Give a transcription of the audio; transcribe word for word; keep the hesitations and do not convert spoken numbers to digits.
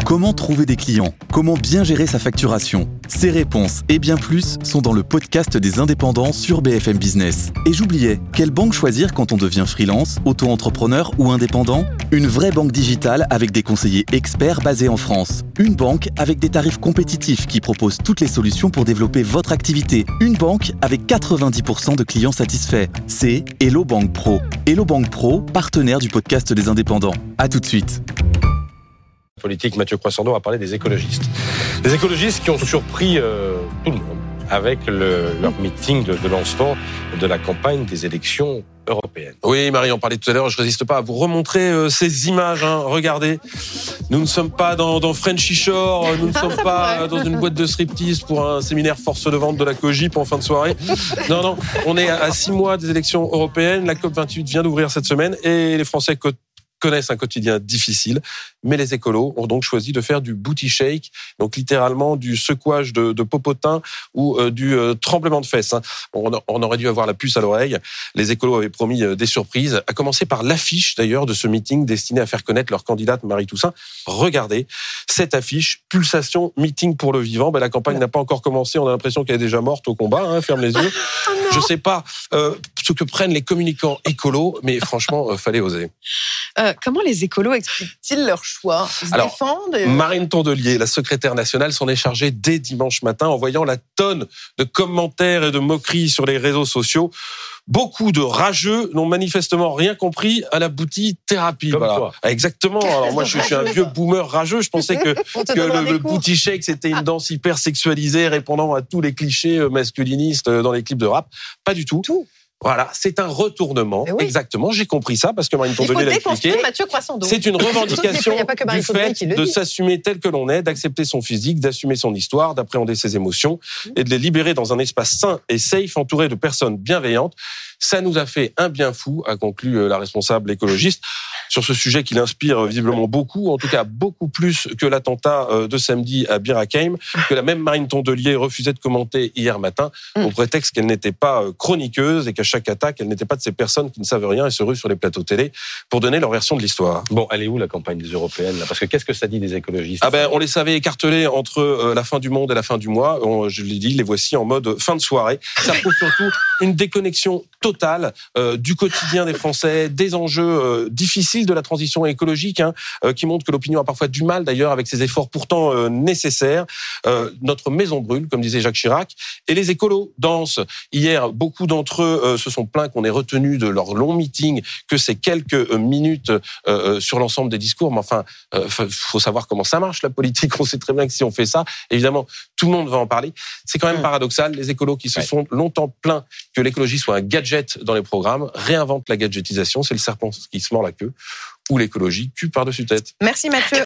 Comment trouver des clients ? Comment bien gérer sa facturation ? Ces réponses et bien plus sont dans le podcast des indépendants sur B F M Business. Et j'oubliais, quelle banque choisir quand on devient freelance, auto-entrepreneur ou indépendant ? Une vraie banque digitale avec des conseillers experts basés en France. Une banque avec des tarifs compétitifs qui propose toutes les solutions pour développer votre activité. Une banque avec quatre-vingt-dix pour cent de clients satisfaits. C'est Hello Bank Pro. Hello Bank Pro, partenaire du podcast des indépendants. À tout de suite. Politique, Mathieu Croissando a parlé des écologistes. Des écologistes qui ont surpris euh, tout le monde avec le, leur meeting de, de lancement de la campagne des élections européennes. Oui, Marie en parlait tout à l'heure, je ne résiste pas à vous remontrer euh, ces images. Hein. Regardez, nous ne sommes pas dans, dans Frenchy Shore, nous ne sommes pas dans une boîte de striptease pour un séminaire force de vente de la Cogip en fin de soirée. Non, non, on est à six mois des élections européennes, la C O P vingt-huit vient d'ouvrir cette semaine et les Français connaissent un quotidien difficile, mais les écolos ont donc choisi de faire du booty shake, donc littéralement du secouage de, de popotin ou euh, du euh, tremblement de fesses. Hein. On, on aurait dû avoir la puce à l'oreille. Les écolos avaient promis euh, des surprises, à commencer par l'affiche d'ailleurs de ce meeting destiné à faire connaître leur candidate Marie Toussaint. Regardez cette affiche, pulsation, meeting pour le vivant. Ben, la campagne n'a pas encore commencé, on a l'impression qu'elle est déjà morte au combat. Hein. Ferme les yeux. Oh je ne sais pas euh, ce que prennent les communicants écolos, mais franchement, euh, fallait oser. Euh, comment les écolos expliquent-ils leur choix ? Ils se Alors, défendent et... Marine Tondelier, la secrétaire nationale, s'en est chargée dès dimanche matin en voyant la tonne de commentaires et de moqueries sur les réseaux sociaux. Beaucoup de rageux n'ont manifestement rien compris à la booty thérapie. Comme voilà. toi. Exactement. Alors moi, je, je suis un vieux boomer rageux. Je pensais que, que le, le booty shake, c'était une danse hyper sexualisée répondant à tous les clichés masculinistes dans les clips de rap. Pas du tout. Tout. Voilà, c'est un retournement. Oui. Exactement, j'ai compris ça parce que Marine Tondelier l'a expliqué. Mathieu Croissando. C'est une revendication du fait de dit. s'assumer tel que l'on est, d'accepter son physique, d'assumer son histoire, d'appréhender ses émotions et de les libérer dans un espace sain et safe entouré de personnes bienveillantes. Ça nous a fait un bien fou, a conclu la responsable écologiste, sur ce sujet qui l'inspire visiblement beaucoup, en tout cas beaucoup plus que l'attentat de samedi à Bir Hakeim, que la même Marine Tondelier refusait de commenter hier matin, mmh. au prétexte qu'elle n'était pas chroniqueuse et qu'à chaque attaque, elle n'était pas de ces personnes qui ne savent rien et se ruent sur les plateaux télé pour donner leur version de l'histoire. Bon, elle est où la campagne des européennes là ? Parce que qu'est-ce que ça dit des écologistes ? Ah ben, on les savait écartelés entre la fin du monde et la fin du mois. On, je l'ai dit, les voici en mode fin de soirée. Ça prouve surtout une déconnexion totale euh, du quotidien des Français, des enjeux euh, difficiles de la transition écologique, hein, euh, qui montrent que l'opinion a parfois du mal d'ailleurs avec ces efforts pourtant euh, nécessaires. Euh, notre maison brûle, comme disait Jacques Chirac, et les écolos dansent. Hier, beaucoup d'entre eux euh, se sont plaints qu'on ait retenu de leur long meeting que ces quelques euh, minutes euh, sur l'ensemble des discours. Mais enfin, euh, faut savoir comment ça marche la politique. On sait très bien que si on fait ça, évidemment, tout le monde va en parler. C'est quand même mmh. paradoxal. Les écolos qui se ouais. sont longtemps plaints que l'écologie soit un gadget dans les programmes réinventent la gadgetisation. C'est le serpent qui se mord la queue ou l'écologie cul par-dessus tête. Merci Mathieu.